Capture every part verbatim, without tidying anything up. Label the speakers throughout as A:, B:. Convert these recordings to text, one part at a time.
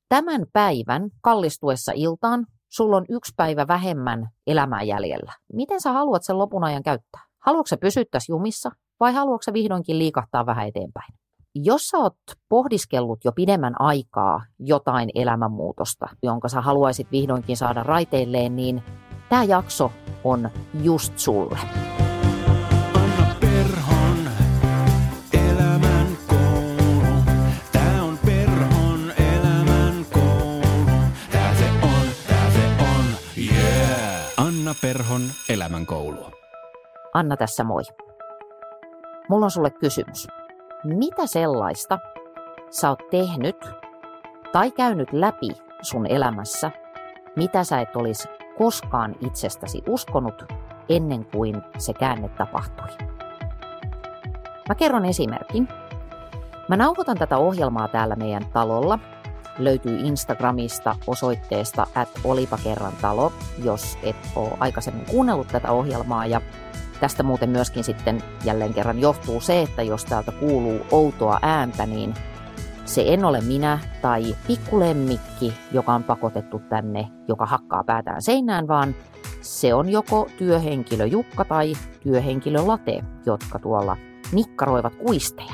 A: tämän päivän kallistuessa iltaan sulla on yksi päivä vähemmän elämää jäljellä. Miten sä haluat sen lopun ajan käyttää? Haluatko sä pysyä tässä jumissa vai haluatko sä vihdoinkin liikahtaa vähän eteenpäin? Jos sä oot pohdiskellut jo pidemmän aikaa jotain elämänmuutosta, jonka sä haluaisit vihdoinkin saada raiteilleen, niin tämä jakso on just sulle.
B: Anna Perhon elämän koulu. Tää on Perhon elämän koulu. Tää se on, tää se on, yeah! Anna Perhon elämän koulu.
A: Anna tässä moi. Mulla on sulle kysymys. Mitä sellaista sä oot tehnyt tai käynyt läpi sun elämässä, mitä sä et olisi koskaan itsestäsi uskonut ennen kuin se käänne tapahtui? Mä kerron esimerkin. Mä nauhoitan tätä ohjelmaa täällä meidän talolla. Löytyy Instagramista osoitteesta at olipa kerran talo, jos et ole aikaisemmin kuunnellut tätä ohjelmaa. Ja tästä muuten myöskin sitten jälleen kerran johtuu se, että jos täältä kuuluu outoa ääntä, niin se en ole minä tai pikkulemmikki, joka on pakotettu tänne, joka hakkaa päätään seinään, vaan se on joko työhenkilö Jukka tai työhenkilö Late, jotka tuolla nikkaroivat kuisteja.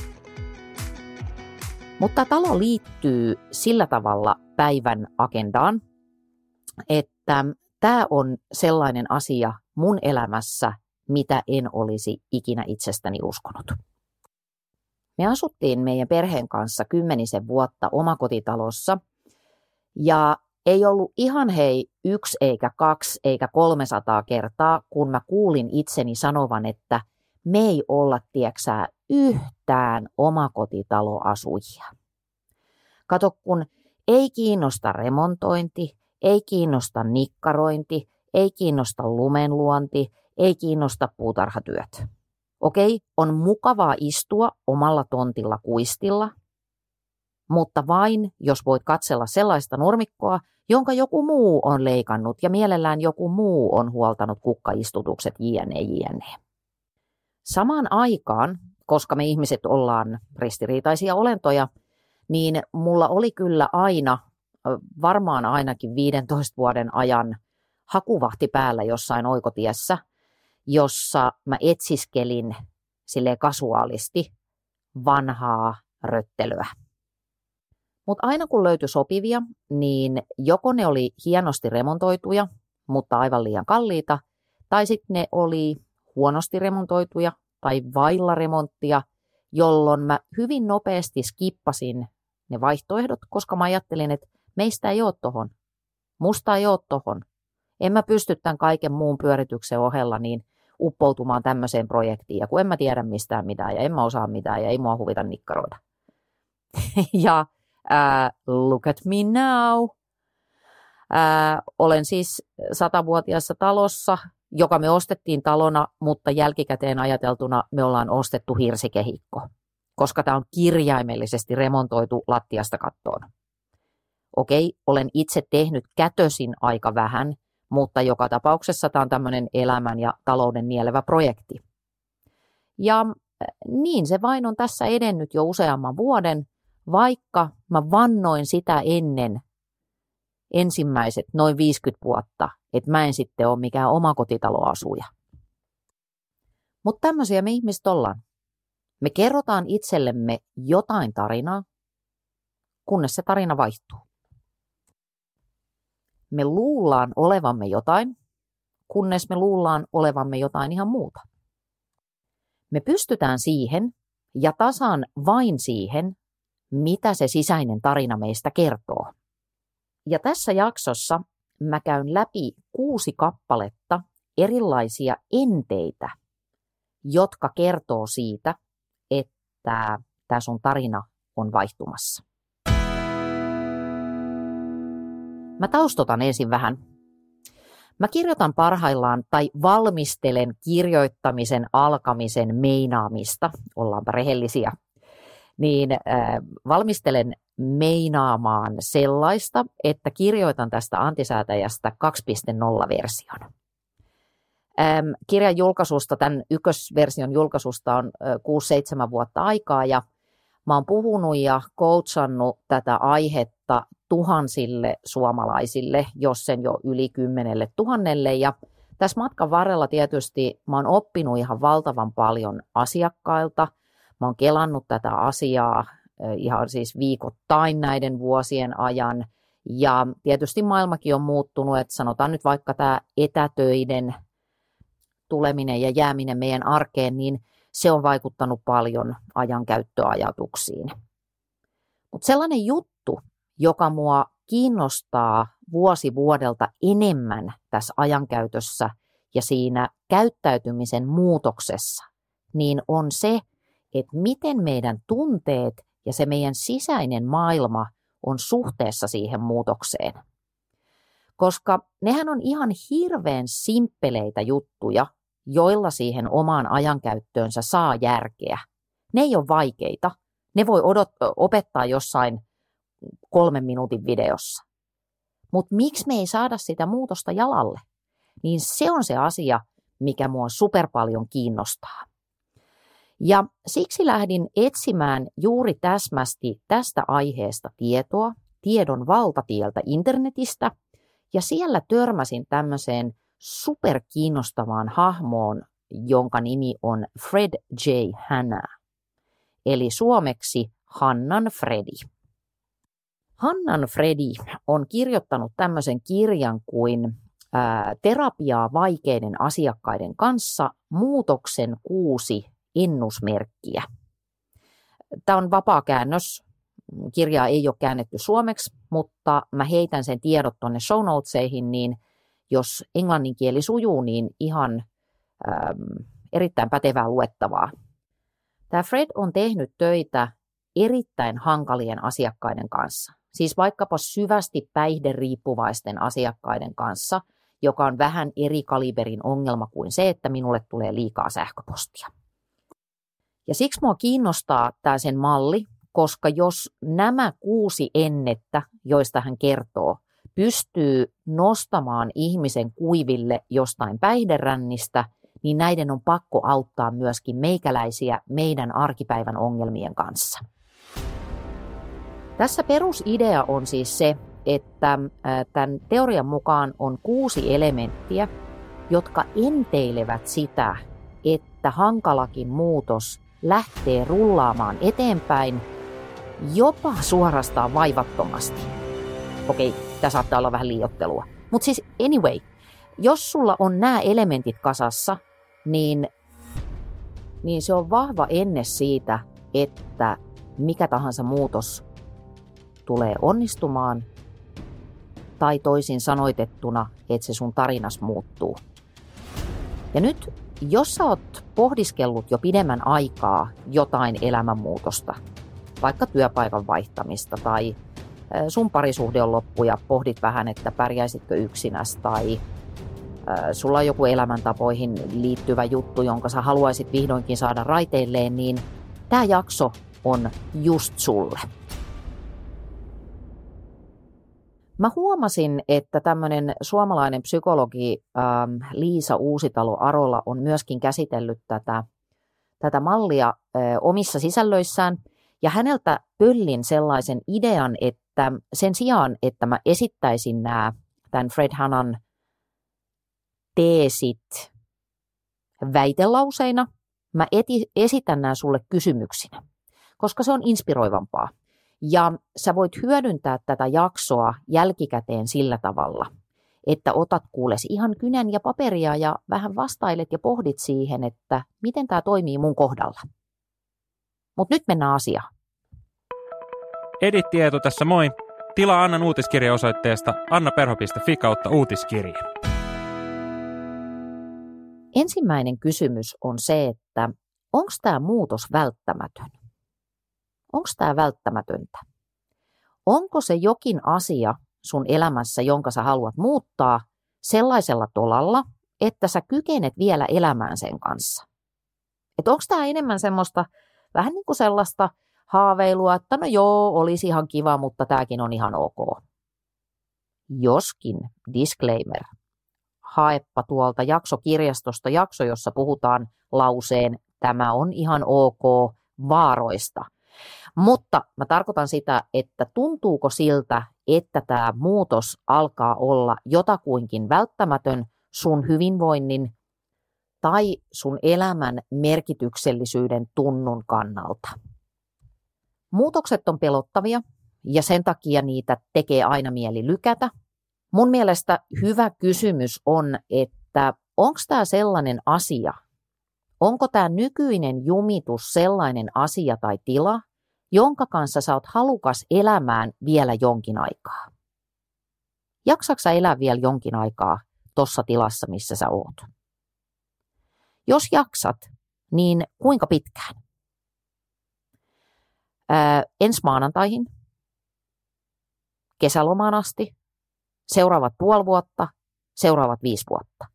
A: Mutta talo liittyy sillä tavalla päivän agendaan, että tämä on sellainen asia mun elämässä, mitä en olisi ikinä itsestäni uskonut. Me asuttiin meidän perheen kanssa kymmenisen vuotta omakotitalossa ja ei ollut ihan hei yksi eikä kaksi eikä kolmesataa kertaa, kun mä kuulin itseni sanovan, että me ei olla tieksää yhtään omakotitaloasujia. Kato, kun ei kiinnosta remontointi, ei kiinnosta nikkarointi, ei kiinnosta lumenluonti, ei kiinnosta puutarhatyöt. Okei, on mukavaa istua omalla tontilla kuistilla, mutta vain jos voit katsella sellaista nurmikkoa, jonka joku muu on leikannut ja mielellään joku muu on huoltanut kukkaistutukset jne. jne. Samaan aikaan, koska me ihmiset ollaan ristiriitaisia olentoja, niin mulla oli kyllä aina, varmaan ainakin viidentoista vuoden ajan hakuvahti päällä jossain oikotiessä, jossa mä etsiskelin silleen kasuaalisti vanhaa röttelyä. Mutta aina kun löytyi sopivia, niin joko ne oli hienosti remontoituja, mutta aivan liian kalliita, tai sitten ne oli huonosti remontoituja tai vailla remonttia, jolloin mä hyvin nopeasti skippasin ne vaihtoehdot, koska mä ajattelin, että meistä ei ole tohon, musta ei ole tohon. En mä pysty tämän kaiken muun pyörityksen ohella niin uppoutumaan tämmöiseen projektiin, ja kun en mä tiedä mistään mitään, ja en mä osaa mitään, ja ei mua huvita nikkaroida. ja uh, look at me now. Uh, olen siis satavuotiaassa talossa, joka me ostettiin talona, mutta jälkikäteen ajateltuna me ollaan ostettu hirsikehikko, koska tämä on kirjaimellisesti remontoitu lattiasta kattoon. Okei, olen itse tehnyt kätösin aika vähän, mutta joka tapauksessa tämä on tämmöinen elämän ja talouden nielevä projekti. Ja niin se vain on tässä edennyt jo useamman vuoden, vaikka mä vannoin sitä ennen ensimmäiset noin viisikymmentä vuotta, että mä en sitten ole mikään omakotitaloasuja. Mutta tämmöisiä me ihmiset ollaan. Me kerrotaan itsellemme jotain tarinaa, kunnes se tarina vaihtuu. Me luullaan olevamme jotain, kunnes me luullaan olevamme jotain ihan muuta. Me pystytään siihen ja tasan vain siihen, mitä se sisäinen tarina meistä kertoo. Ja tässä jaksossa mä käyn läpi kuusi kappaletta erilaisia enteitä, jotka kertoo siitä, että tämä sun tarina on vaihtumassa. Mä taustotan ensin vähän. Mä kirjoitan parhaillaan tai valmistelen kirjoittamisen alkamisen meinaamista, ollaanpa rehellisiä, niin äh, valmistelen meinaamaan sellaista, että kirjoitan tästä antisäätäjästä kaksi piste nolla-version. Ähm, kirjan julkaisusta, tämän ykkösversion julkaisusta on äh, kuusi seitsemän vuotta aikaa ja mä oon puhunut ja coachannut tätä aihetta tuhansille suomalaisille, jos sen jo yli kymmenelle tuhannelle. Ja tässä matkan varrella tietysti mä oon oppinut ihan valtavan paljon asiakkailta. Mä oon kelannut tätä asiaa ihan siis viikoittain näiden vuosien ajan. Ja tietysti maailmakin on muuttunut, että sanotaan nyt vaikka tämä etätöiden tuleminen ja jääminen meidän arkeen, niin se on vaikuttanut paljon ajankäyttöajatuksiin. Mutta sellainen juttu, joka mua kiinnostaa vuosi vuodelta enemmän tässä ajankäytössä ja siinä käyttäytymisen muutoksessa, niin on se, että miten meidän tunteet ja se meidän sisäinen maailma on suhteessa siihen muutokseen. Koska nehän on ihan hirveän simppeleitä juttuja, joilla siihen omaan ajankäyttöönsä saa järkeä. Ne ei ole vaikeita. Ne voi odot- opettaa jossain kolmen minuutin videossa. Mutta miksi me ei saada sitä muutosta jalalle? Niin se on se asia, mikä mua super paljon kiinnostaa. Ja siksi lähdin etsimään juuri täsmästi tästä aiheesta tietoa, tiedon valtatieltä internetistä, ja siellä törmäsin tämmöiseen superkiinnostavaan hahmoon, jonka nimi on Fred J. Hanna, eli suomeksi Hannan Fredi. Hannan Fredi on kirjoittanut tämmöisen kirjan kuin ää, Terapiaa vaikeiden asiakkaiden kanssa, muutoksen kuusi ennusmerkkiä. Tämä on vapaa käännös. Kirjaa ei ole käännetty suomeksi, mutta mä heitän sen tiedot tuonne show notesihin, niin jos englannin kieli sujuu, niin ihan äm, erittäin pätevää luettavaa. Tämä Fred on tehnyt töitä erittäin hankalien asiakkaiden kanssa. Siis vaikkapa syvästi päihderiippuvaisten asiakkaiden kanssa, joka on vähän eri kaliberin ongelma kuin se, että minulle tulee liikaa sähköpostia. Ja siksi mua kiinnostaa tämä sen malli, koska jos nämä kuusi ennettä, joista hän kertoo, pystyy nostamaan ihmisen kuiville jostain päihderännistä, niin näiden on pakko auttaa myöskin meikäläisiä meidän arkipäivän ongelmien kanssa. Tässä perusidea on siis se, että tämän teorian mukaan on kuusi elementtiä, jotka enteilevät sitä, että hankalakin muutos lähtee rullaamaan eteenpäin jopa suorastaan vaivattomasti. Okei, tämä saattaa olla vähän liioittelua. Mutta siis anyway, jos sulla on nämä elementit kasassa, niin, niin se on vahva enne siitä, että mikä tahansa muutos tulee onnistumaan, tai toisin sanoitettuna, että se sun tarinas muuttuu. Ja nyt, jos sä oot pohdiskellut jo pidemmän aikaa jotain elämänmuutosta, vaikka työpaikan vaihtamista tai sun parisuhde on loppu ja pohdit vähän, että pärjäisitkö yksinäs tai sulla on joku elämäntapoihin liittyvä juttu, jonka sä haluaisit vihdoinkin saada raiteilleen, niin tämä jakso on just sulle. Mä huomasin, että tämmöinen suomalainen psykologi ähm, Liisa Uusitalo-Arola on myöskin käsitellyt tätä, tätä mallia äh, omissa sisällöissään. Ja häneltä pöllin sellaisen idean, että sen sijaan, että mä esittäisin nämä tämän Fred Hannan teesit väitelauseina, mä eti, esitän nämä sulle kysymyksinä, koska se on inspiroivampaa. Ja sä voit hyödyntää tätä jaksoa jälkikäteen sillä tavalla, että otat kuules ihan kynän ja paperia ja vähän vastailet ja pohdit siihen, että miten tämä toimii mun kohdalla. Mutta nyt mennään asiaan.
C: Editti Eetu tässä moi. Tilaa Annan uutiskirja osoitteesta annaperho piste fi kautta uutiskirje.
A: Ensimmäinen kysymys on se, että onko tämä muutos välttämätön? Onko tämä välttämätöntä? Onko se jokin asia sun elämässä, jonka sä haluat muuttaa sellaisella tolalla, että sä kykenet vielä elämään sen kanssa? Että onko tämä enemmän semmoista, vähän niin kuin sellaista haaveilua, että no joo, olisi ihan kiva, mutta tämäkin on ihan ok. Joskin, disclaimer, haeppa tuolta jaksokirjastosta jakso, jossa puhutaan lauseen, tämä on ihan ok, vaaroista. Mutta mä tarkoitan sitä, että tuntuuko siltä, että tämä muutos alkaa olla jotakuinkin välttämätön sun hyvinvoinnin tai sun elämän merkityksellisyyden tunnun kannalta. Muutokset on pelottavia ja sen takia niitä tekee aina mieli lykätä. Mun mielestä hyvä kysymys on, että onko tämä sellainen asia, onko tämä nykyinen jumitus sellainen asia tai tila, jonka kanssa sä oot halukas elämään vielä jonkin aikaa? Jaksatko sä elää vielä jonkin aikaa tuossa tilassa, missä sä oot? Jos jaksat, niin kuinka pitkään? Ää, ensi maanantaihin, kesälomaan asti, seuraavat puoli vuotta, seuraavat viisi vuotta.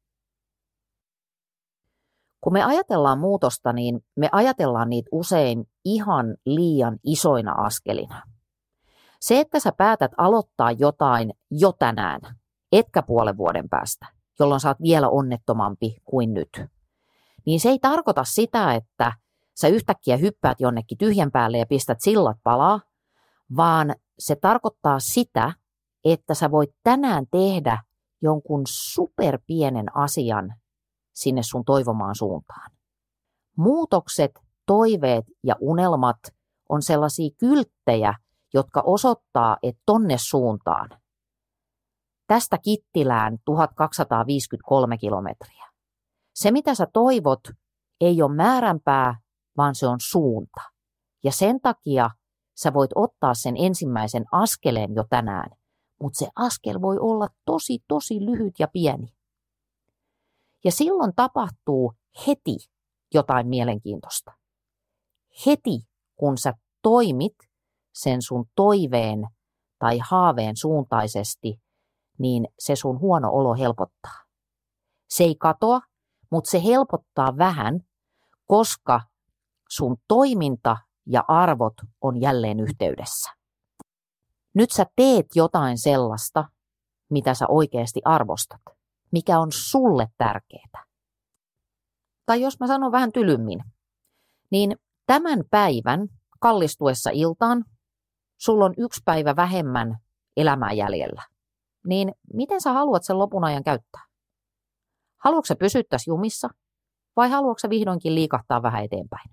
A: Kun me ajatellaan muutosta, niin me ajatellaan niitä usein ihan liian isoina askelina. Se, että sä päätät aloittaa jotain jo tänään, etkä puolen vuoden päästä, jolloin sä oot vielä onnettomampi kuin nyt, niin se ei tarkoita sitä, että sä yhtäkkiä hyppäät jonnekin tyhjän päälle ja pistät sillat palaa, vaan se tarkoittaa sitä, että sä voit tänään tehdä jonkun superpienen asian sinne sun toivomaan suuntaan. Muutokset, toiveet ja unelmat on sellaisia kylttejä, jotka osoittaa, että tonne suuntaan. Tästä Kittilään tuhatkaksisataaviisikymmentäkolme kilometriä. Se, mitä sä toivot, ei ole määränpää, vaan se on suunta. Ja sen takia sä voit ottaa sen ensimmäisen askeleen jo tänään, mutta se askel voi olla tosi, tosi lyhyt ja pieni. Ja silloin tapahtuu heti jotain mielenkiintoista. Heti, kun sä toimit sen sun toiveen tai haaveen suuntaisesti, niin se sun huono olo helpottaa. Se ei katoa, mutta se helpottaa vähän, koska sun toiminta ja arvot on jälleen yhteydessä. Nyt sä teet jotain sellaista, mitä sä oikeasti arvostat, mikä on sulle tärkeää. Tai jos mä sanon vähän tylymmin, niin tämän päivän kallistuessa iltaan sulla on yksi päivä vähemmän elämää jäljellä. Niin miten sä haluat sen lopun ajan käyttää? Haluatko sä pysyä tässä jumissa vai haluatko sä vihdoinkin liikahtaa vähän eteenpäin?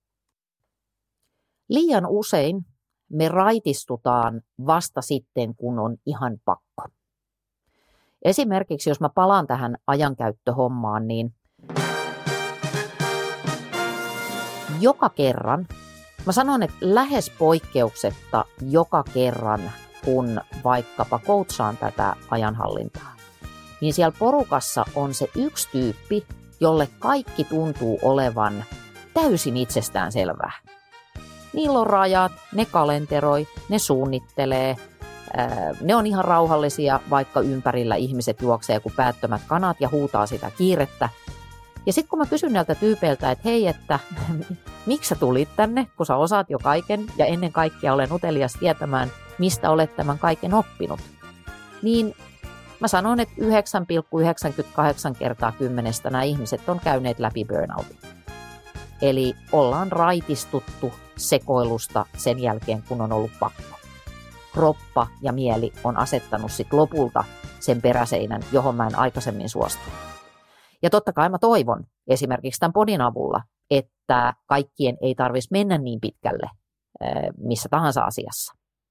A: Liian usein me raitistutaan vasta sitten, kun on ihan pakko. Esimerkiksi jos mä palaan tähän ajankäyttöhommaan, niin joka kerran, mä sanon, että lähes poikkeuksetta joka kerran, kun vaikkapa coachaan tätä ajanhallintaa, niin siellä porukassa on se yksi tyyppi, jolle kaikki tuntuu olevan täysin itsestään selvää. Niillä on rajat, ne kalenteroi, ne suunnittelee, ne on ihan rauhallisia, vaikka ympärillä ihmiset juoksee kuin päättömät kanat ja huutaa sitä kiirettä. Ja sitten kun mä kysyn näiltä tyypeiltä, että hei, että miksi sä tulit tänne, kun sä osaat jo kaiken ja ennen kaikkea olen utelias tietämään, mistä olet tämän kaiken oppinut, niin mä sanon, että yhdeksän pilkku yhdeksänkymmentäkahdeksan kertaa kymmenestä nämä ihmiset on käyneet läpi burnoutin. Eli ollaan raitistuttu sekoilusta sen jälkeen, kun on ollut pakko. Kroppa ja mieli on asettanut sit lopulta sen peräseinän, johon mä en aikaisemmin suostunut. Ja totta kai mä toivon esimerkiksi tämän podin avulla, että kaikkien ei tarvitsisi mennä niin pitkälle missä tahansa asiassa.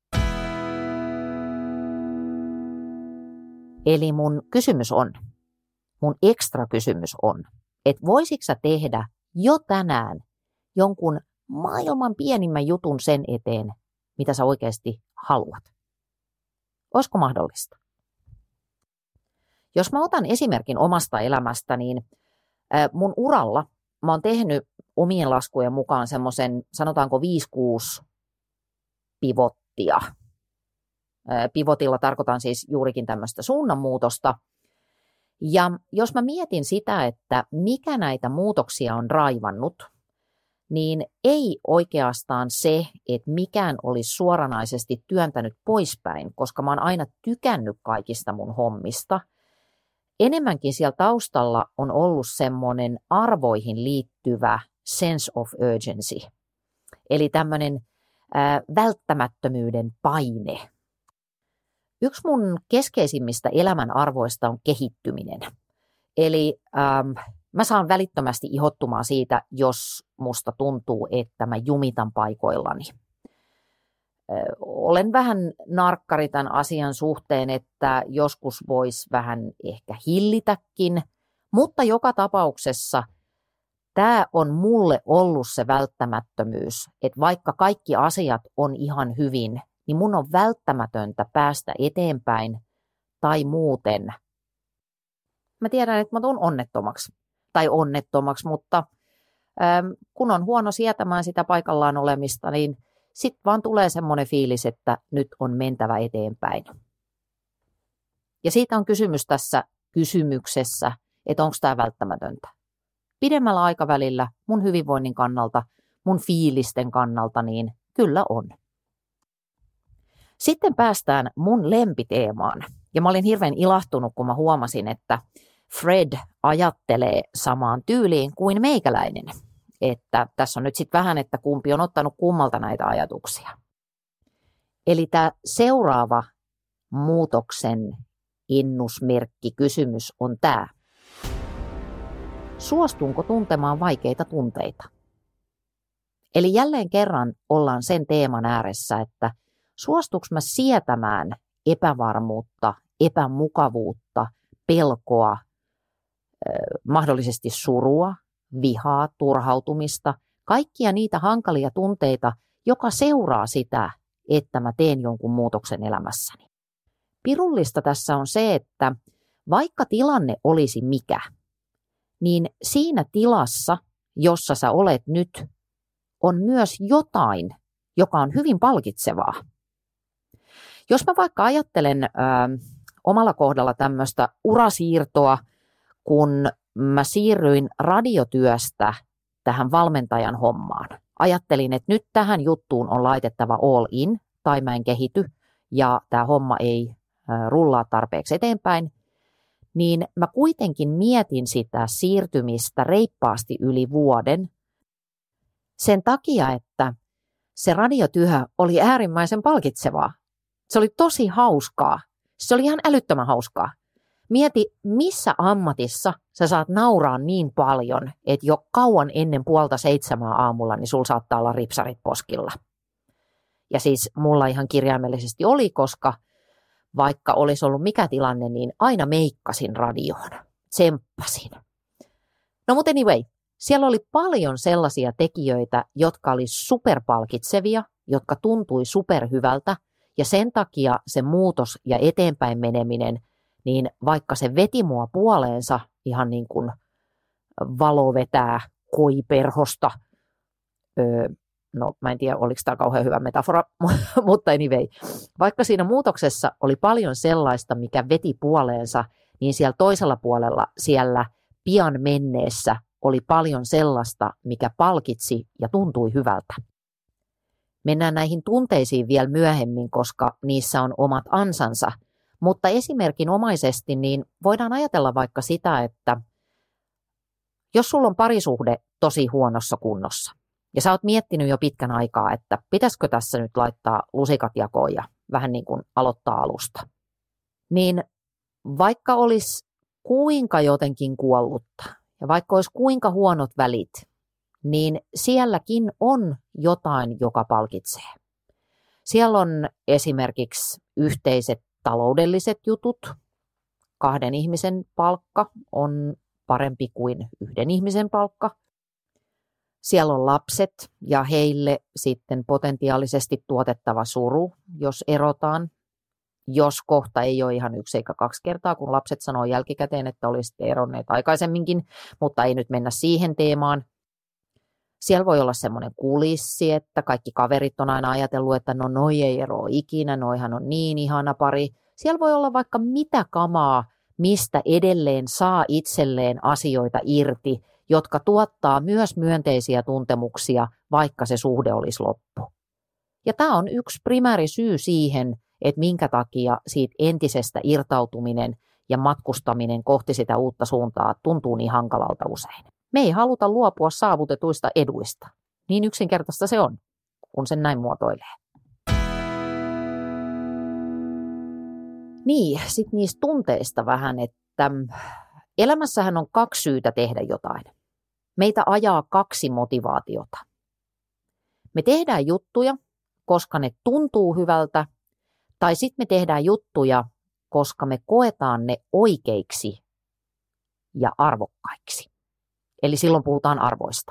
A: Eli mun kysymys on, mun ekstra kysymys on, että voisitko sä tehdä jo tänään jonkun maailman pienimmän jutun sen eteen, mitä sä oikeasti haluat? Olisiko mahdollista? Jos mä otan esimerkin omasta elämästä, niin mun uralla mä oon tehnyt omien laskujen mukaan semmoisen, sanotaanko viisi kuusi pivottia. Pivotilla tarkoitan siis juurikin tämmöistä suunnanmuutosta. Ja jos mä mietin sitä, että mikä näitä muutoksia on raivannut, niin ei oikeastaan se, että mikään olisi suoranaisesti työntänyt poispäin, koska mä oon aina tykännyt kaikista mun hommista. Enemmänkin siellä taustalla on ollut semmoinen arvoihin liittyvä sense of urgency. Eli tämmöinen ää, välttämättömyyden paine. Yksi mun keskeisimmistä elämän arvoista on kehittyminen. Eli ähm, mä saan välittömästi ihottumaan siitä, jos musta tuntuu, että mä jumitan paikoillani. Ö, olen vähän narkkari tämän asian suhteen, että joskus voisi vähän ehkä hillitäkin, mutta joka tapauksessa tämä on mulle ollut se välttämättömyys, että vaikka kaikki asiat on ihan hyvin, niin mun on välttämätöntä päästä eteenpäin tai muuten. Mä tiedän, että mä tuun onnettomaksi tai onnettomaksi, mutta äm, kun on huono sietämään sitä paikallaan olemista, niin sitten vaan tulee semmoinen fiilis, että nyt on mentävä eteenpäin. Ja siitä on kysymys tässä kysymyksessä, että onko tämä välttämätöntä. Pidemmällä aikavälillä mun hyvinvoinnin kannalta, mun fiilisten kannalta, niin kyllä on. Sitten päästään mun lempiteemaan. Ja mä olin hirveän ilahtunut, kun mä huomasin, että Fred ajattelee samaan tyyliin kuin meikäläinen. Että tässä on nyt sitten vähän, että kumpi on ottanut kummalta näitä ajatuksia. Eli tämä seuraava muutoksen ennusmerkki kysymys on tämä. Suostunko tuntemaan vaikeita tunteita? Eli jälleen kerran ollaan sen teeman ääressä, että suostuuko mä sietämään epävarmuutta, epämukavuutta, pelkoa, mahdollisesti surua, vihaa, turhautumista, kaikkia niitä hankalia tunteita, joka seuraa sitä, että mä teen jonkun muutoksen elämässäni. Pirullista tässä on se, että vaikka tilanne olisi mikä, niin siinä tilassa, jossa sä olet nyt, on myös jotain, joka on hyvin palkitsevaa. Jos mä vaikka ajattelen ö, omalla kohdalla tämmöistä urasiirtoa, kun mä siirryin radiotyöstä tähän valmentajan hommaan. Ajattelin, että nyt tähän juttuun on laitettava all in, tai mä en kehity, ja tämä homma ei ö, rullaa tarpeeksi eteenpäin, niin mä kuitenkin mietin sitä siirtymistä reippaasti yli vuoden sen takia, että se radiotyö oli äärimmäisen palkitsevaa. Se oli tosi hauskaa. Se oli ihan älyttömän hauskaa. Mieti, missä ammatissa sä saat nauraa niin paljon, että jo kauan ennen puolta seitsemää aamulla, niin sulla saattaa olla ripsarit poskilla. Ja siis mulla ihan kirjaimellisesti oli, koska vaikka olisi ollut mikä tilanne, niin aina meikkasin radioon. Tsemppasin. No mutta anyway, siellä oli paljon sellaisia tekijöitä, jotka oli superpalkitsevia, jotka tuntui superhyvältä. Ja sen takia se muutos ja eteenpäin meneminen, niin vaikka se veti mua puoleensa ihan niin kuin valo vetää koiperhosta, öö, no mä en tiedä oliko tämä kauhean hyvä metafora, mutta anyway, vaikka siinä muutoksessa oli paljon sellaista, mikä veti puoleensa, niin siellä toisella puolella, siellä pian menneessä oli paljon sellaista, mikä palkitsi ja tuntui hyvältä. Mennään näihin tunteisiin vielä myöhemmin, koska niissä on omat ansansa, mutta esimerkinomaisesti niin voidaan ajatella vaikka sitä, että jos sulla on parisuhde tosi huonossa kunnossa ja sä oot miettinyt jo pitkän aikaa, että pitäisikö tässä nyt laittaa lusikat jakoon ja vähän niin kuin aloittaa alusta, niin vaikka olisi kuinka jotenkin kuollutta ja vaikka olisi kuinka huonot välit, niin sielläkin on jotain, joka palkitsee. Siellä on esimerkiksi yhteiset taloudelliset jutut. Kahden ihmisen palkka on parempi kuin yhden ihmisen palkka. Siellä on lapset ja heille sitten potentiaalisesti tuotettava suru, jos erotaan. Jos kohta ei ole ihan yksi eikä kaksi kertaa, kun lapset sanoo jälkikäteen, että olisitte eronneet aikaisemminkin, mutta ei nyt mennä siihen teemaan. Siellä voi olla semmoinen kulissi, että kaikki kaverit on aina ajatellut, että no noi ei eroa ikinä, noihan on niin ihana pari. Siellä voi olla vaikka mitä kamaa, mistä edelleen saa itselleen asioita irti, jotka tuottaa myös myönteisiä tuntemuksia, vaikka se suhde olisi loppu. Ja tämä on yksi primääri syy siihen, että minkä takia siitä entisestä irtautuminen ja matkustaminen kohti sitä uutta suuntaa tuntuu niin hankalalta usein. Me ei haluta luopua saavutetuista eduista. Niin yksinkertaista se on. kun sen näin muotoilee. Niin, sitten niistä tunteista vähän, että elämässähän on kaksi syytä tehdä jotain. Meitä ajaa kaksi motivaatiota. Me tehdään juttuja, koska ne tuntuu hyvältä, tai sitten me tehdään juttuja, koska me koetaan ne oikeiksi ja arvokkaiksi. Eli silloin puhutaan arvoista.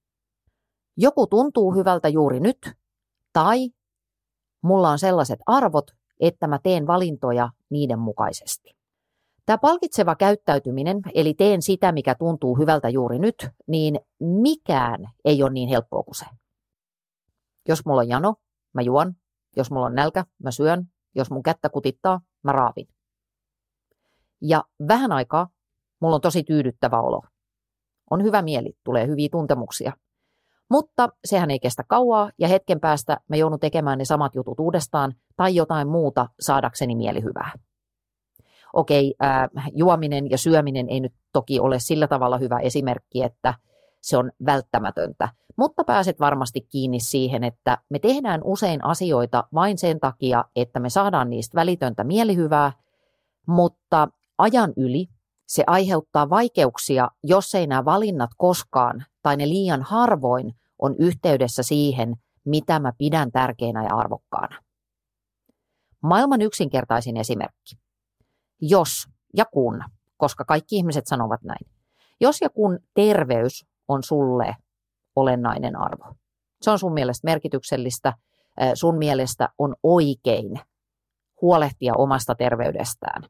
A: Joku tuntuu hyvältä juuri nyt, tai mulla on sellaiset arvot, että mä teen valintoja niiden mukaisesti. Tämä palkitseva käyttäytyminen, eli teen sitä, mikä tuntuu hyvältä juuri nyt, niin mikään ei ole niin helppoa kuin se. Jos mulla on jano, mä juon. Jos mulla on nälkä, mä syön. Jos mun kättä kutittaa, mä raavin. Ja vähän aikaa mulla on tosi tyydyttävä olo. On hyvä mieli, tulee hyviä tuntemuksia. Mutta sehän ei kestä kauaa ja hetken päästä mä joudun tekemään ne samat jutut uudestaan tai jotain muuta saadakseni mielihyvää. Okei, ää, juominen ja syöminen ei nyt toki ole sillä tavalla hyvä esimerkki, että se on välttämätöntä. Mutta pääset varmasti kiinni siihen, että me tehdään usein asioita vain sen takia, että me saadaan niistä välitöntä mielihyvää, mutta ajan yli se aiheuttaa vaikeuksia, jos ei nämä valinnat koskaan tai ne liian harvoin on yhteydessä siihen, mitä mä pidän tärkeänä ja arvokkaana. Maailman yksinkertaisin esimerkki. Jos ja kun, koska kaikki ihmiset sanovat näin, jos ja kun terveys on sulle olennainen arvo, se on sun mielestä merkityksellistä, sun mielestä on oikein huolehtia omasta terveydestään,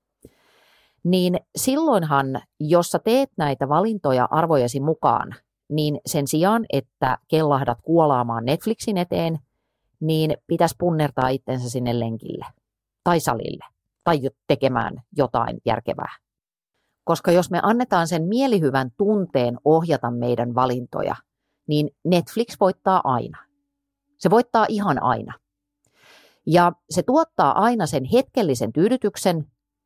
A: niin silloinhan, jos sä teet näitä valintoja arvojesi mukaan, niin sen sijaan, että kellahdat kuolaamaan Netflixin eteen, niin pitäisi punnertaa itsensä sinne lenkille tai salille tai tekemään jotain järkevää. Koska jos me annetaan sen mielihyvän tunteen ohjata meidän valintoja, niin Netflix voittaa aina. Se voittaa ihan aina. Ja se tuottaa aina sen hetkellisen tyydytyksen,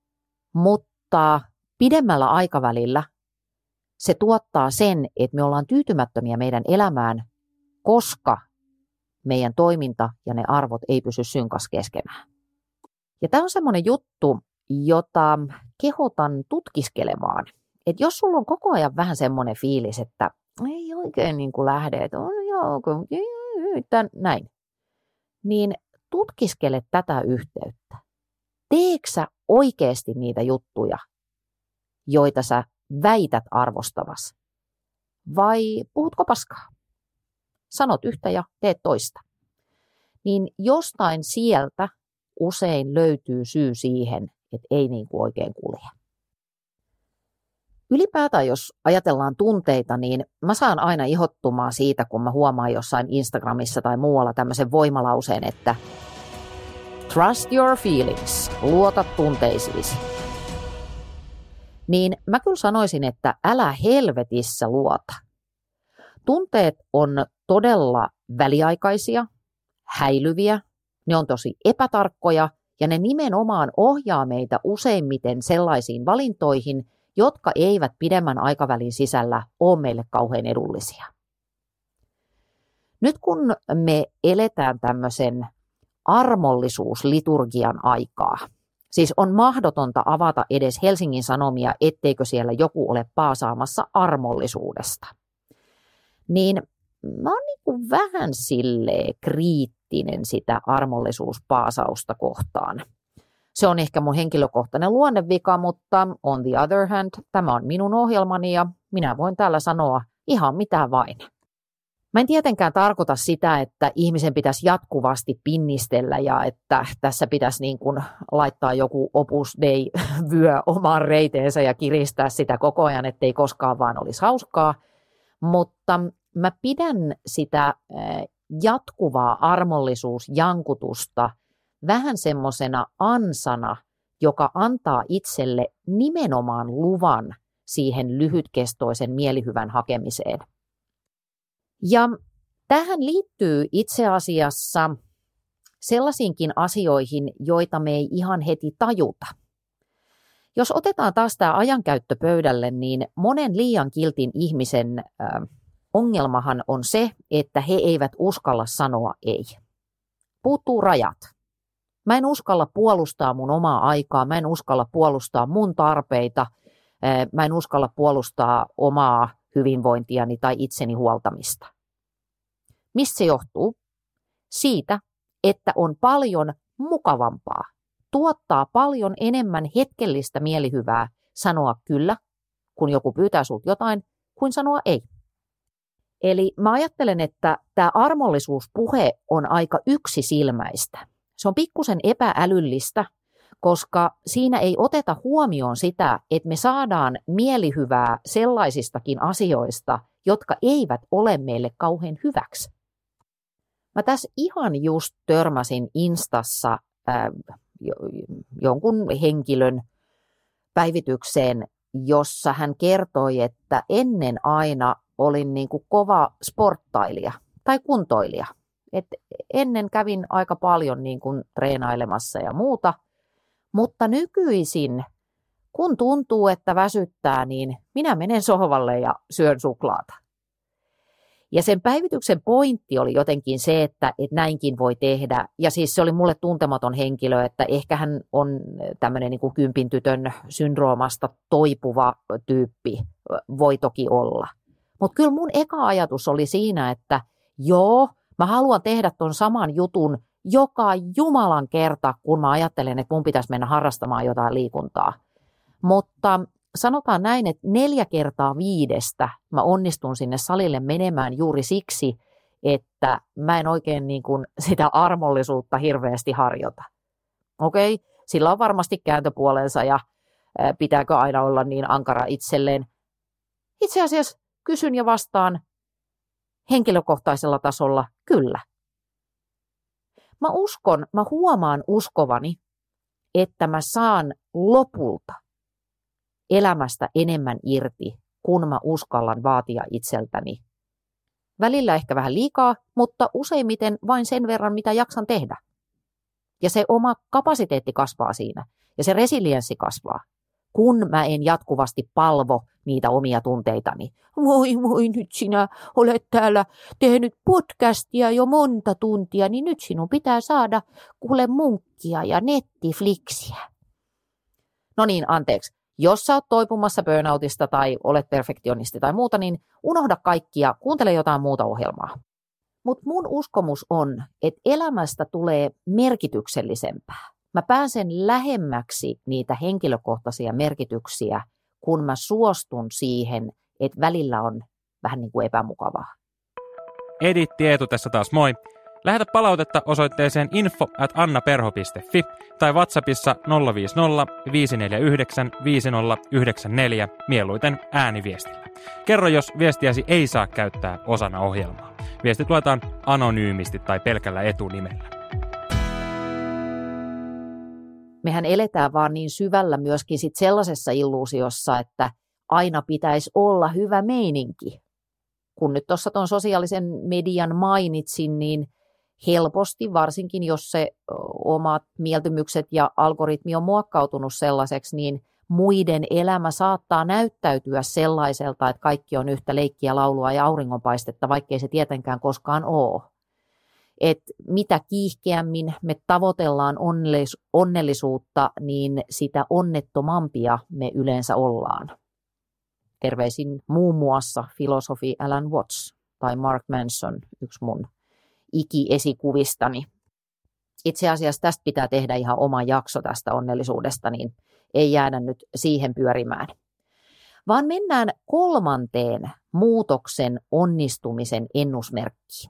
A: mutta pidemmällä aikavälillä se tuottaa sen, että me ollaan tyytymättömiä meidän elämään, koska meidän toiminta ja ne arvot ei pysy synkas keskenään. Ja tämä on semmoinen juttu, jota kehotan tutkiskelemaan. Että jos sulla on koko ajan vähän semmoinen fiilis, että ei oikein niin kuin lähde, että on joo, näin, niin tutkiskele tätä yhteyttä. Teekö sä oikeasti niitä juttuja, joita sä väität arvostavas? Vai puhutko paskaa? Sanot yhtä ja teet toista. Niin jostain sieltä usein löytyy syy siihen, että ei niin kuin oikein kulje. Ylipäätään jos ajatellaan tunteita, niin mä saan aina ihottumaan siitä, kun mä huomaan jossain Instagramissa tai muualla tämmöisen voimalauseen, että trust your feelings, luota tunteisiisi. Niin mä kyllä sanoisin, että älä helvetissä luota. Tunteet on todella väliaikaisia, häilyviä, ne on tosi epätarkkoja ja ne nimenomaan ohjaa meitä useimmiten sellaisiin valintoihin, jotka eivät pidemmän aikavälin sisällä ole meille kauhean edullisia. Nyt kun me eletään tämmöisen armollisuusliturgian aikaa, siis on mahdotonta avata edes Helsingin Sanomia, etteikö siellä joku ole paasaamassa armollisuudesta, niin mä oon niin kuin vähän silleen kriittinen sitä armollisuuspaasausta kohtaan. Se on ehkä mun henkilökohtainen luonnevika, mutta on the other hand, tämä on minun ohjelmani ja minä voin täällä sanoa ihan mitä vain. Mä en tietenkään tarkoita sitä, että ihmisen pitäisi jatkuvasti pinnistellä ja että tässä pitäisi niin kuin laittaa joku Opus Dei-vyö omaan reiteensä ja kiristää sitä koko ajan, ettei koskaan vaan olisi hauskaa. Mutta mä pidän sitä jatkuvaa armollisuusjankutusta vähän semmoisena ansana, joka antaa itselle nimenomaan luvan siihen lyhytkestoisen mielihyvän hakemiseen. Ja tähän liittyy itse asiassa sellaisiinkin asioihin, joita me ei ihan heti tajuta. Jos otetaan taas tämä ajankäyttö pöydälle, niin monen liian kiltin ihmisen äh, ongelmahan on se, että he eivät uskalla sanoa ei. Puuttuu rajat. Mä en uskalla puolustaa mun omaa aikaa, mä en uskalla puolustaa mun tarpeita, mä en uskalla puolustaa omaa hyvinvointiani tai itseni huoltamista. Mistä se johtuu? Siitä, että on paljon mukavampaa, tuottaa paljon enemmän hetkellistä mielihyvää sanoa kyllä, kun joku pyytää sulta jotain, kuin sanoa ei. Eli mä ajattelen, että tämä armollisuuspuhe on aika yksisilmäistä. Se on pikkusen epäälyllistä, koska siinä ei oteta huomioon sitä, että me saadaan mielihyvää sellaisistakin asioista, jotka eivät ole meille kauhean hyväksi. Mä tässä ihan just törmäsin Instassa äh, jonkun henkilön päivitykseen, jossa hän kertoi, että ennen aina olin niin kuin kova sporttailija tai kuntoilija. Et ennen kävin aika paljon niin kuin treenailemassa ja muuta, mutta nykyisin, kun tuntuu, että väsyttää, niin minä menen sohvalle ja syön suklaata. Ja sen päivityksen pointti oli jotenkin se, että, että näinkin voi tehdä. Ja siis se oli mulle tuntematon henkilö, että ehkä hän on tämmöinen niin kuin kympin tytön syndroomasta toipuva tyyppi, voi toki olla. Mutta kyllä mun eka ajatus oli siinä, että joo, mä haluan tehdä ton saman jutun joka jumalan kerta, kun mä ajattelen, että mun pitäisi mennä harrastamaan jotain liikuntaa. Mutta sanotaan näin, että neljä kertaa viidestä mä onnistun sinne salille menemään juuri siksi, että mä en oikein niin kuin sitä armollisuutta hirveästi harjoita. Okei, sillä on varmasti kääntöpuolensa ja pitääkö aina olla niin ankara itselleen. Itse asiassa kysyn ja vastaan henkilökohtaisella tasolla kyllä. Mä uskon, mä huomaan uskovani, että mä saan lopulta elämästä enemmän irti, kun mä uskallan vaatia itseltäni. Välillä ehkä vähän liikaa, mutta useimmiten vain sen verran, mitä jaksan tehdä. Ja se oma kapasiteetti kasvaa siinä, ja se resilienssi kasvaa, kun mä en jatkuvasti palvo niitä omia tunteitani. Voi, voi, nyt sinä olet täällä tehnyt podcastia jo monta tuntia, niin nyt sinun pitää saada kuule munkkia ja Netflixiä. No niin, anteeksi. Jos sä oot toipumassa burnoutista tai olet perfektionisti tai muuta, niin unohda kaikki ja kuuntele jotain muuta ohjelmaa. Mutta mun uskomus on, että elämästä tulee merkityksellisempää. Mä pääsen lähemmäksi niitä henkilökohtaisia merkityksiä, kun mä suostun siihen, että välillä on vähän niin kuin epämukavaa.
C: Editti Eetu tässä taas moi. Lähetä palautetta osoitteeseen info at annaperho piste fi tai WhatsAppissa nolla viisi nolla viisi neljä yhdeksän viisi nolla yhdeksän neljä mieluiten ääniviestillä. Kerro, jos viestiäsi ei saa käyttää osana ohjelmaa. Viestit luetaan anonyymisti tai pelkällä etunimellä.
A: Mehän eletään vaan niin syvällä myöskin sit sellaisessa illuusiossa, että aina pitäisi olla hyvä meininki. Kun nyt tuossa tuon sosiaalisen median mainitsin, niin helposti, varsinkin jos se omat mieltymykset ja algoritmi on muokkautunut sellaiseksi, niin muiden elämä saattaa näyttäytyä sellaiselta, että kaikki on yhtä leikkiä, laulua ja auringonpaistetta, vaikkei se tietenkään koskaan ole. Et mitä kiihkeämmin me tavoitellaan onnellis- onnellisuutta, niin sitä onnettomampia me yleensä ollaan. Terveisin muun muassa filosofi Alan Watts tai Mark Manson, yksi mun ikiesikuvistani. Itse asiassa tästä pitää tehdä ihan oma jakso tästä onnellisuudesta, niin ei jäädä nyt siihen pyörimään. Vaan mennään kolmanteen muutoksen onnistumisen ennusmerkkiin.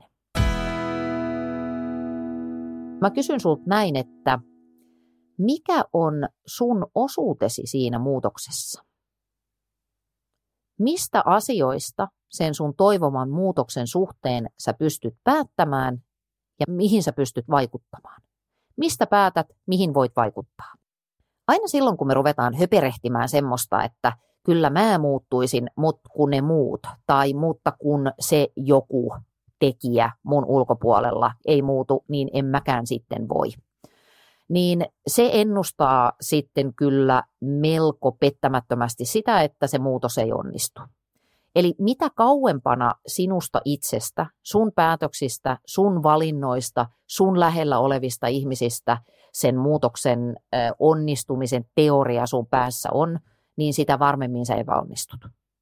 A: Mä kysyn sulta näin, että mikä on sun osuutesi siinä muutoksessa? Mistä asioista sen sun toivoman muutoksen suhteen sä pystyt päättämään ja mihin sä pystyt vaikuttamaan? Mistä päätät, mihin voit vaikuttaa? Aina silloin, kun me ruvetaan höperehtimään semmoista, että kyllä mä muuttuisin, mutta kun ne muut, tai mutta kun se joku tekijä mun ulkopuolella ei muutu, niin en mäkään sitten voi. Niin se ennustaa sitten kyllä melko pettämättömästi sitä, että se muutos ei onnistu. Eli mitä kauempana sinusta itsestä, sun päätöksistä, sun valinnoista, sun lähellä olevista ihmisistä sen muutoksen onnistumisen teoria sun päässä on, niin sitä varmemmin sä epäonnistut.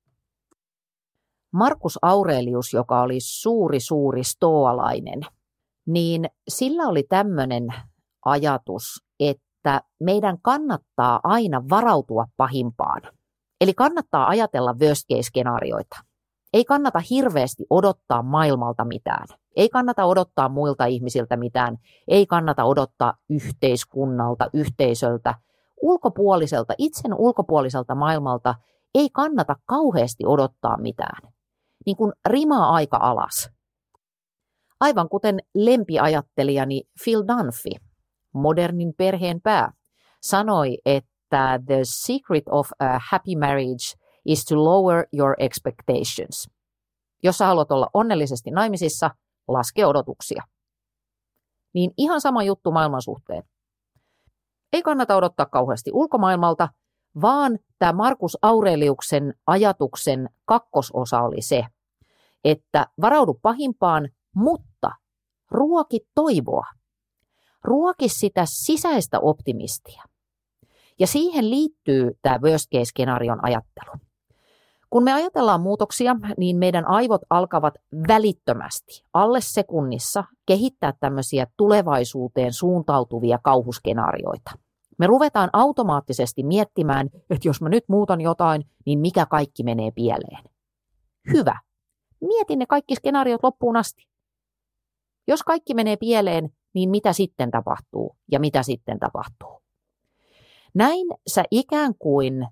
A: Markus Aurelius, joka oli suuri, suuri stoalainen, niin sillä oli tämmöinen ajatus, että meidän kannattaa aina varautua pahimpaan. Eli kannattaa ajatella worst case-skenaarioita. Ei kannata hirveästi odottaa maailmalta mitään. Ei kannata odottaa muilta ihmisiltä mitään. Ei kannata odottaa yhteiskunnalta, yhteisöltä, ulkopuoliselta, itsen ulkopuoliselta maailmalta. Ei kannata kauheasti odottaa mitään. Niin kuin rimaa aika alas. Aivan kuten lempiajattelijani Phil Dunphy, modernin perheen pää, sanoi, että the secret of a happy marriage is to lower your expectations. Jos sä haluat olla onnellisesti naimisissa, laske odotuksia. Niin ihan sama juttu maailman suhteen. Ei kannata odottaa kauheasti ulkomaailmalta, vaan tämä Markus Aureliuksen ajatuksen kakkososa oli se, että varaudu pahimpaan, mutta ruoki toivoa. Ruoki sitä sisäistä optimistia. Ja siihen liittyy tämä worst case-skenaarion ajattelu. Kun me ajatellaan muutoksia, niin meidän aivot alkavat välittömästi, alle sekunnissa, kehittää tämmöisiä tulevaisuuteen suuntautuvia kauhuskenaarioita. Me ruvetaan automaattisesti miettimään, että jos mä nyt muutan jotain, niin mikä kaikki menee pieleen. Hyvä. Mieti ne kaikki skenaariot loppuun asti. Jos kaikki menee pieleen, niin mitä sitten tapahtuu ja mitä sitten tapahtuu? Näin sä ikään kuin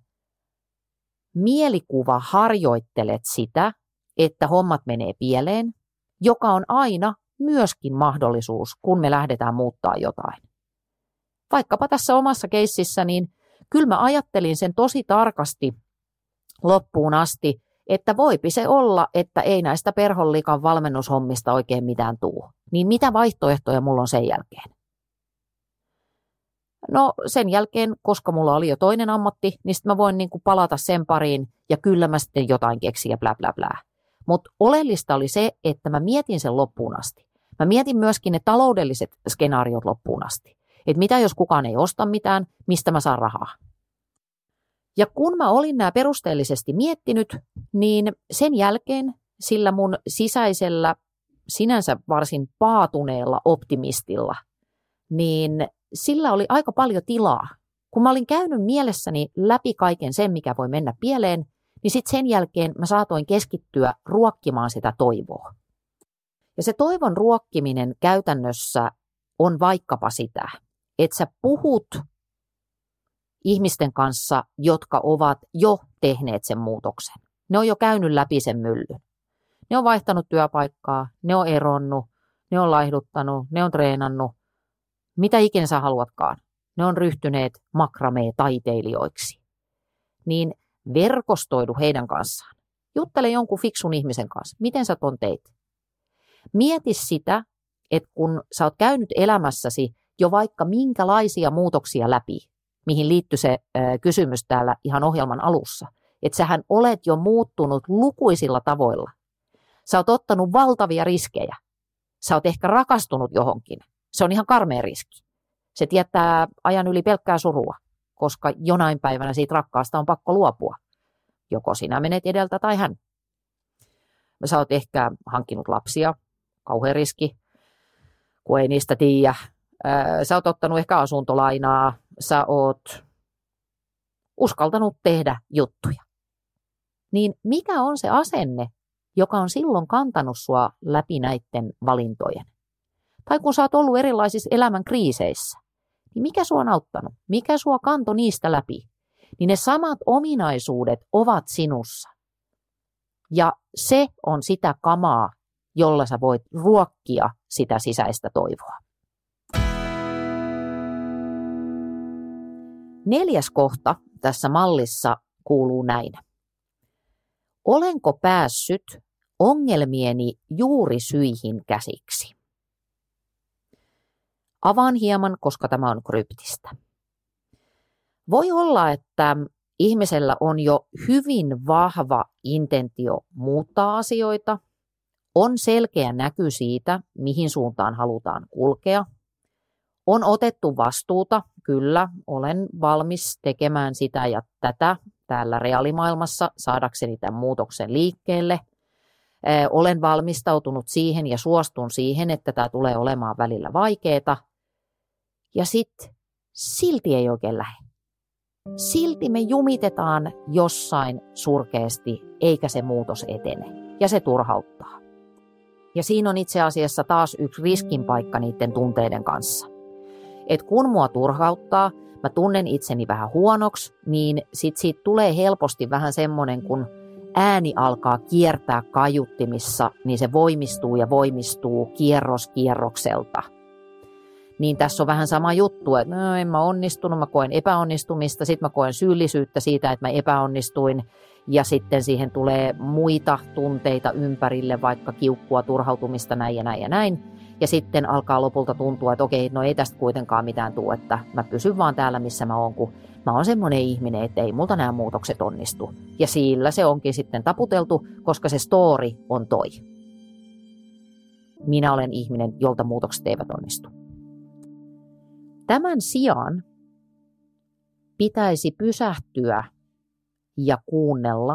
A: mielikuva harjoittelet sitä, että hommat menee pieleen, joka on aina myöskin mahdollisuus, kun me lähdetään muuttaa jotain. Vaikkapa tässä omassa keississä, niin kyllä mä ajattelin sen tosi tarkasti loppuun asti, että voipi se olla, että ei näistä Perhon-liigan valmennushommista oikein mitään tuu. Niin mitä vaihtoehtoja mulla on sen jälkeen? No sen jälkeen, koska mulla oli jo toinen ammatti, niin sitten mä voin niin kuin palata sen pariin ja kyllä mä sitten jotain keksin ja blä blä blä. Mutta oleellista oli se, että mä mietin sen loppuun asti. Mä mietin myöskin ne taloudelliset skenaariot loppuun asti. Että mitä jos kukaan ei osta mitään, mistä mä saan rahaa. Ja kun mä olin nämä perusteellisesti miettinyt, niin sen jälkeen sillä mun sisäisellä, sinänsä varsin paatuneella optimistilla, niin sillä oli aika paljon tilaa. Kun mä olin käynyt mielessäni läpi kaiken sen, mikä voi mennä pieleen, niin sitten sen jälkeen mä saatoin keskittyä ruokkimaan sitä toivoa. Ja se toivon ruokkiminen käytännössä on vaikkapa sitä, että sä puhut ihmisten kanssa, jotka ovat jo tehneet sen muutoksen. Ne on jo käynyt läpi sen myllyn. Ne on vaihtanut työpaikkaa, ne on eronnut, ne on laihduttanut, ne on treenannut. Mitä ikinä sä haluatkaan. Ne on ryhtyneet makramee-taiteilijoiksi. Niin verkostoidu heidän kanssaan. Juttele jonkun fiksun ihmisen kanssa. Miten sä ton teit? Mieti sitä, että kun sä oot käynyt elämässäsi jo vaikka minkälaisia muutoksia läpi, mihin liittyy se äh, kysymys täällä ihan ohjelman alussa, että sähän olet jo muuttunut lukuisilla tavoilla. Sä oot ottanut valtavia riskejä. Sä oot ehkä rakastunut johonkin. Se on ihan karmea riski. Se tietää ajan yli pelkkää surua, koska jonain päivänä siitä rakkaasta on pakko luopua. Joko sinä menet edeltä tai hän. Sä oot ehkä hankkinut lapsia, kauhea riski, kun ei niistä tiedä. Sä oot ottanut ehkä asuntolainaa, sä oot uskaltanut tehdä juttuja. Niin mikä on se asenne, joka on silloin kantanut sua läpi näiden valintojen? Tai kun sä oot ollut erilaisissa elämän kriiseissä, niin mikä sua on auttanut? Mikä sua kanto niistä läpi? Niin ne samat ominaisuudet ovat sinussa. Ja se on sitä kamaa, jolla sä voit ruokkia sitä sisäistä toivoa. Neljäs kohta tässä mallissa kuuluu näin. Olenko päässyt ongelmieni juurisyihin käsiksi? Avaan hieman, koska tämä on kryptistä. Voi olla, että ihmisellä on jo hyvin vahva intentio muuttaa asioita, on selkeä näky siitä, mihin suuntaan halutaan kulkea, on otettu vastuuta, kyllä, olen valmis tekemään sitä ja tätä täällä reaalimaailmassa saadakseni tämän muutoksen liikkeelle. Olen valmistautunut siihen ja suostun siihen, että tämä tulee olemaan välillä vaikeaa. Ja sitten silti ei oikein lähde. Silti me jumitetaan jossain surkeasti, eikä se muutos etene. Ja se turhauttaa. Ja siinä on itse asiassa taas yksi riskin paikka niiden tunteiden kanssa. Et kun mua turhauttaa, mä tunnen itseni vähän huonoksi, niin sit siitä tulee helposti vähän semmoinen, kun ääni alkaa kiertää kaiuttimissa, niin se voimistuu ja voimistuu kierros kierrokselta. Niin tässä on vähän sama juttu, että no, en mä onnistunut, mä koen epäonnistumista, sitten mä koen syyllisyyttä siitä, että mä epäonnistuin, ja sitten siihen tulee muita tunteita ympärille, vaikka kiukkua, turhautumista, näin ja näin ja näin. Ja sitten alkaa lopulta tuntua, että okei, no ei tästä kuitenkaan mitään tule, että mä pysyn vaan täällä, missä mä oon, kun mä oon semmoinen ihminen, että ei multa nämä muutokset onnistu. Ja sillä se onkin sitten taputeltu, koska se story on toi. Minä olen ihminen, jolta muutokset eivät onnistu. Tämän sijaan pitäisi pysähtyä ja kuunnella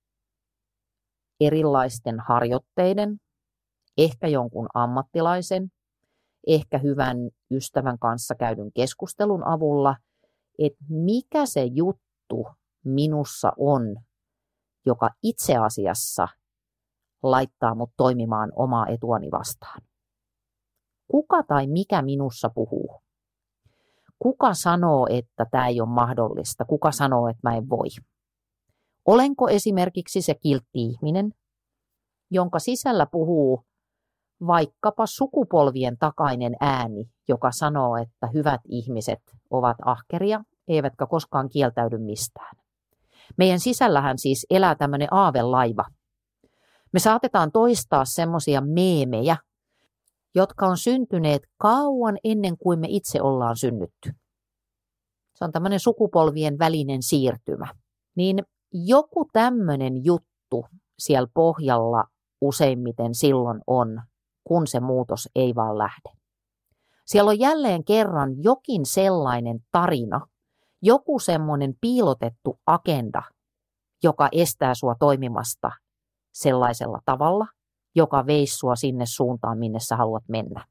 A: erilaisten harjoitteiden, ehkä jonkun ammattilaisen, ehkä hyvän ystävän kanssa käydyn keskustelun avulla, että mikä se juttu minussa on, joka itse asiassa laittaa mut toimimaan omaa etuani vastaan. Kuka tai mikä minussa puhuu? Kuka sanoo, että tämä ei ole mahdollista? Kuka sanoo, että mä en voi? Olenko esimerkiksi se kiltti ihminen, jonka sisällä puhuu vaikkapa sukupolvien takainen ääni, joka sanoo, että hyvät ihmiset ovat ahkeria, eivätkä koskaan kieltäydy mistään. Meidän sisällähän siis elää tämmöinen aavelaiva. Me saatetaan toistaa semmoisia meemejä, jotka on syntyneet kauan ennen kuin me itse ollaan synnytty. Se on tämmöinen sukupolvien välinen siirtymä. Niin joku tämmöinen juttu siellä pohjalla useimmiten silloin on, kun se muutos ei vaan lähde. Siellä on jälleen kerran jokin sellainen tarina, joku semmoinen piilotettu agenda, joka estää sua toimimasta sellaisella tavalla, joka veisi sua sinne suuntaan, minne sä haluat mennä.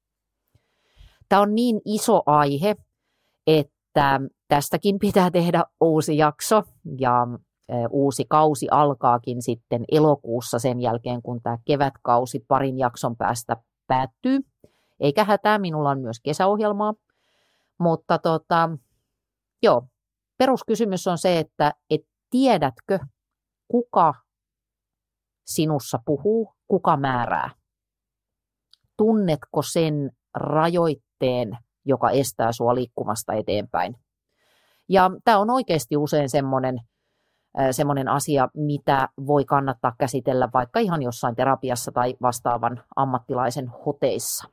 A: Tämä on niin iso aihe, että tästäkin pitää tehdä uusi jakso ja uusi kausi alkaakin sitten elokuussa sen jälkeen, kun tämä kevätkausi parin jakson päästä päättyy. Eikä hätää, minulla on myös kesäohjelmaa, mutta tota, joo, peruskysymys on se, että et tiedätkö, kuka sinussa puhuu, kuka määrää? Tunnetko sen rajoitteen, joka estää sua liikkumasta eteenpäin? Ja tämä on oikeasti usein semmoinen, semmoinen asia, mitä voi kannattaa käsitellä vaikka ihan jossain terapiassa tai vastaavan ammattilaisen hoteissa.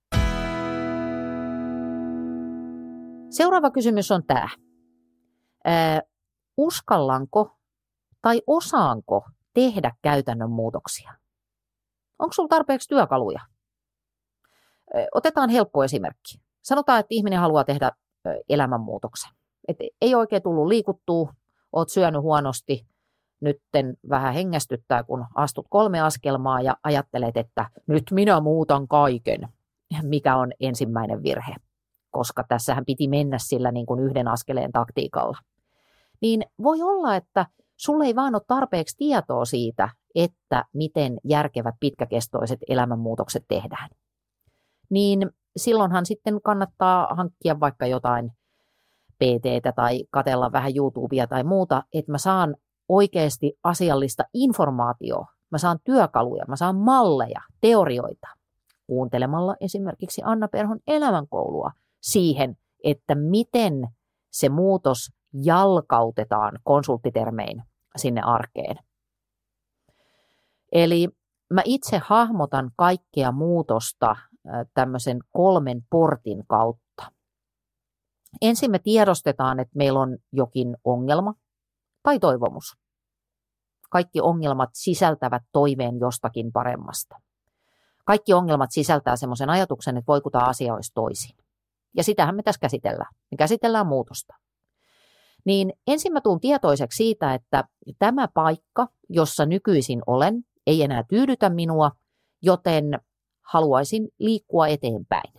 A: Seuraava kysymys on tämä. Äh, uskallanko tai osaanko tehdä käytännön muutoksia? Onko sinulla tarpeeksi työkaluja? Äh, otetaan helppo esimerkki. Sanotaan, että ihminen haluaa tehdä äh, elämänmuutoksen. Et ei oikein tullut liikuttua, olet syönyt huonosti, nytten vähän hengästyttää, kun astut kolme askelmaa ja ajattelet, että nyt minä muutan kaiken, mikä on ensimmäinen virhe. Koska tässähän piti mennä sillä niin kuin yhden askeleen taktiikalla. Niin voi olla, että sulla ei vaan ole tarpeeksi tietoa siitä, että miten järkevät pitkäkestoiset elämänmuutokset tehdään. Niin silloinhan sitten kannattaa hankkia vaikka jotain P T:tä tai katsella vähän YouTubea tai muuta, että mä saan oikeasti asiallista informaatiota, mä saan työkaluja, mä saan malleja, teorioita, kuuntelemalla esimerkiksi Anna Perhon elämänkoulua siihen, että miten se muutos jalkautetaan konsulttitermein sinne arkeen. Eli mä itse hahmotan kaikkea muutosta tämmöisen kolmen portin kautta. Ensin me tiedostetaan, että meillä on jokin ongelma, tai toivomus. Kaikki ongelmat sisältävät toiveen jostakin paremmasta. Kaikki ongelmat sisältää semmoisen ajatuksen, että voi kun tämä asia olisi toisin. Ja sitähän me tässä käsitellään. Me käsitellään muutosta. Niin ensin mä tuun tietoiseksi siitä, että tämä paikka, jossa nykyisin olen, ei enää tyydytä minua, joten haluaisin liikkua eteenpäin.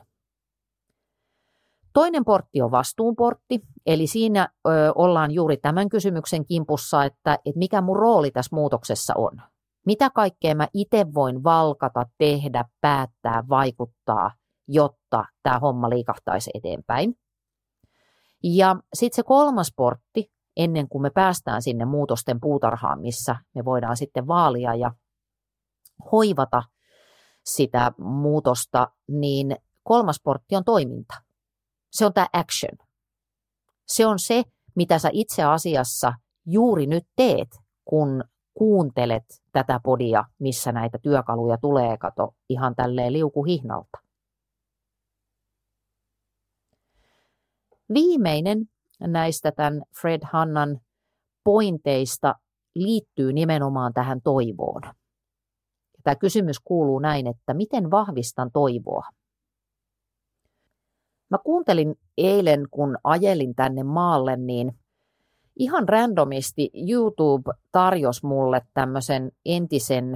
A: Toinen portti on vastuunportti, eli siinä ö, ollaan juuri tämän kysymyksen kimpussa, että, että mikä mun rooli tässä muutoksessa on. Mitä kaikkea mä itse voin valkata, tehdä, päättää, vaikuttaa, jotta tämä homma liikahtaisi eteenpäin. Ja sitten se kolmas portti, ennen kuin me päästään sinne muutosten puutarhaan, missä me voidaan sitten vaalia ja hoivata sitä muutosta, niin kolmas portti on toiminta. Se on tämä action. Se on se, mitä sä itse asiassa juuri nyt teet, kun kuuntelet tätä podia, missä näitä työkaluja tulee, kato, ihan tälleen liukuhihnalta. Viimeinen näistä tämän Fred Hannan pointeista liittyy nimenomaan tähän toivoon. Tämä kysymys kuuluu näin, että miten vahvistan toivoa? Mä kuuntelin eilen, kun ajelin tänne maalle, niin ihan randomisti YouTube tarjosi mulle tämmöisen entisen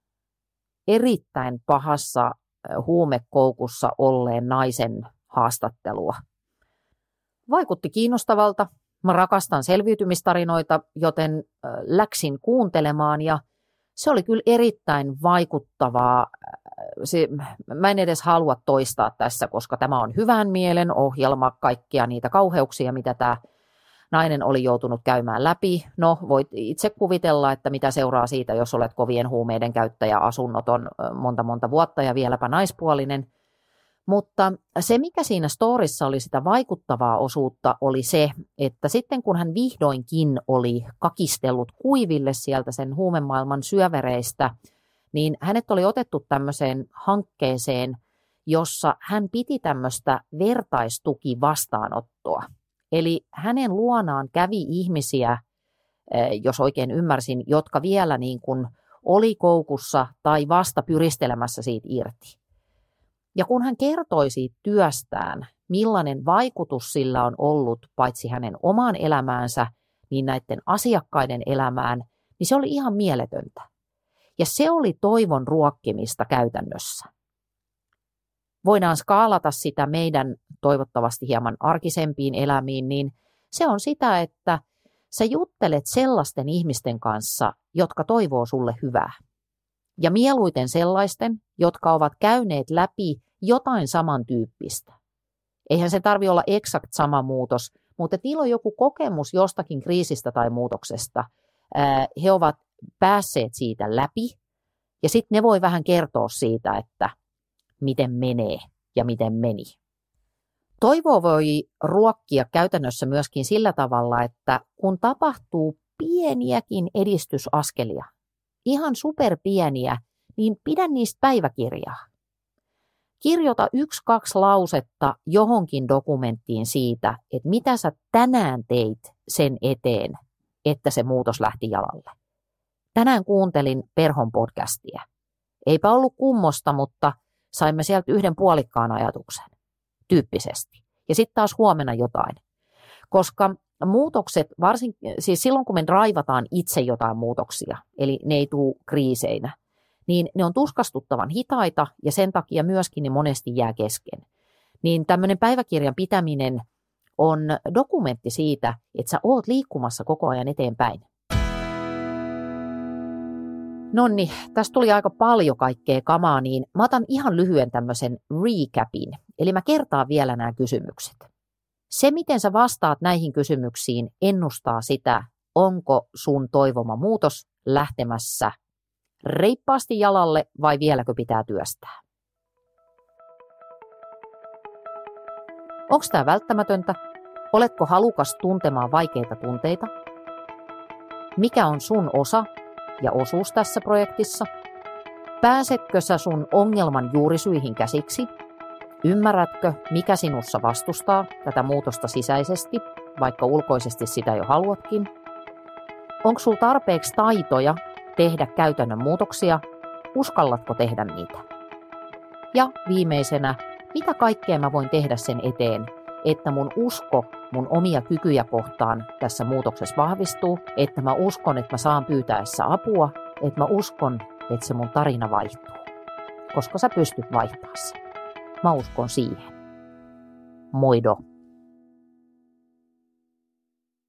A: erittäin pahassa huumekoukussa olleen naisen haastattelua. Vaikutti kiinnostavalta. Mä rakastan selviytymistarinoita, joten läksin kuuntelemaan ja se oli kyllä erittäin vaikuttavaa. Se, mä en edes halua toistaa tässä, koska tämä on hyvän mielen ohjelma, kaikkia niitä kauheuksia, mitä tämä nainen oli joutunut käymään läpi. No, voit itse kuvitella, että mitä seuraa siitä, jos olet kovien huumeiden käyttäjä, asunnoton monta monta vuotta ja vieläpä naispuolinen. Mutta se, mikä siinä storissa oli sitä vaikuttavaa osuutta, oli se, että sitten kun hän vihdoinkin oli kakistellut kuiville sieltä sen huumemaailman syövereistä, niin hänet oli otettu tämmöiseen hankkeeseen, jossa hän piti tämmöistä vertaistukivastaanottoa. Eli hänen luonaan kävi ihmisiä, jos oikein ymmärsin, jotka vielä niin kuin oli koukussa tai vasta pyristelemässä siitä irti. Ja kun hän kertoi siitä työstään, millainen vaikutus sillä on ollut paitsi hänen omaan elämäänsä, niin näiden asiakkaiden elämään, niin se oli ihan mieletöntä. Ja se oli toivon ruokkimista käytännössä. Voidaan skaalata sitä meidän toivottavasti hieman arkisempiin elämiin, niin se on sitä, että sä juttelet sellaisten ihmisten kanssa, jotka toivoo sulle hyvää. Ja mieluiten sellaisten, jotka ovat käyneet läpi jotain samantyyppistä. Eihän se tarvitse olla eksakt sama muutos, mutta niillä on joku kokemus jostakin kriisistä tai muutoksesta. He ovat päässeet siitä läpi ja sitten ne voi vähän kertoa siitä, että miten menee ja miten meni. Toivoa voi ruokkia käytännössä myöskin sillä tavalla, että kun tapahtuu pieniäkin edistysaskelia, ihan superpieniä, niin pidä niistä päiväkirjaa. Kirjoita yksi, kaksi lausetta johonkin dokumenttiin siitä, että mitä sä tänään teit sen eteen, että se muutos lähti jalalle. Tänään kuuntelin Perhon podcastia. Eipä ollut kummosta, mutta saimme sieltä yhden puolikkaan ajatuksen, tyyppisesti. Ja sitten taas huomenna jotain. Koska muutokset, varsin, siis silloin kun me raivataan itse jotain muutoksia, eli ne ei tule kriiseinä, niin ne on tuskastuttavan hitaita ja sen takia myöskin ne monesti jää kesken. Niin tämmöinen päiväkirjan pitäminen on dokumentti siitä, että sä oot liikkumassa koko ajan eteenpäin. Nonni, tästä tuli aika paljon kaikkea kamaa, niin mä otan ihan lyhyen tämmöisen recapin. Eli mä kertaan vielä nämä kysymykset. Se, miten sä vastaat näihin kysymyksiin, ennustaa sitä, onko sun toivoma muutos lähtemässä reippaasti jalalle vai vieläkö pitää työstää. Onko tämä välttämätöntä? Oletko halukas tuntemaan vaikeita tunteita? Mikä on sun osa ja osuus tässä projektissa? Pääsetkö sä sun ongelman juurisyihin käsiksi? Ymmärrätkö, mikä sinussa vastustaa tätä muutosta sisäisesti, vaikka ulkoisesti sitä jo haluatkin? Onko sulla tarpeeksi taitoja tehdä käytännön muutoksia? Uskallatko tehdä niitä? Ja viimeisenä, mitä kaikkea mä voin tehdä sen eteen, että mun usko mun omia kykyjä kohtaan tässä muutoksessa vahvistuu, että mä uskon, että mä saan pyytäessä apua, että mä uskon, että se mun tarina vaihtuu, koska sä pystyt vaihtamaan sen. Mä uskon siihen. Moido!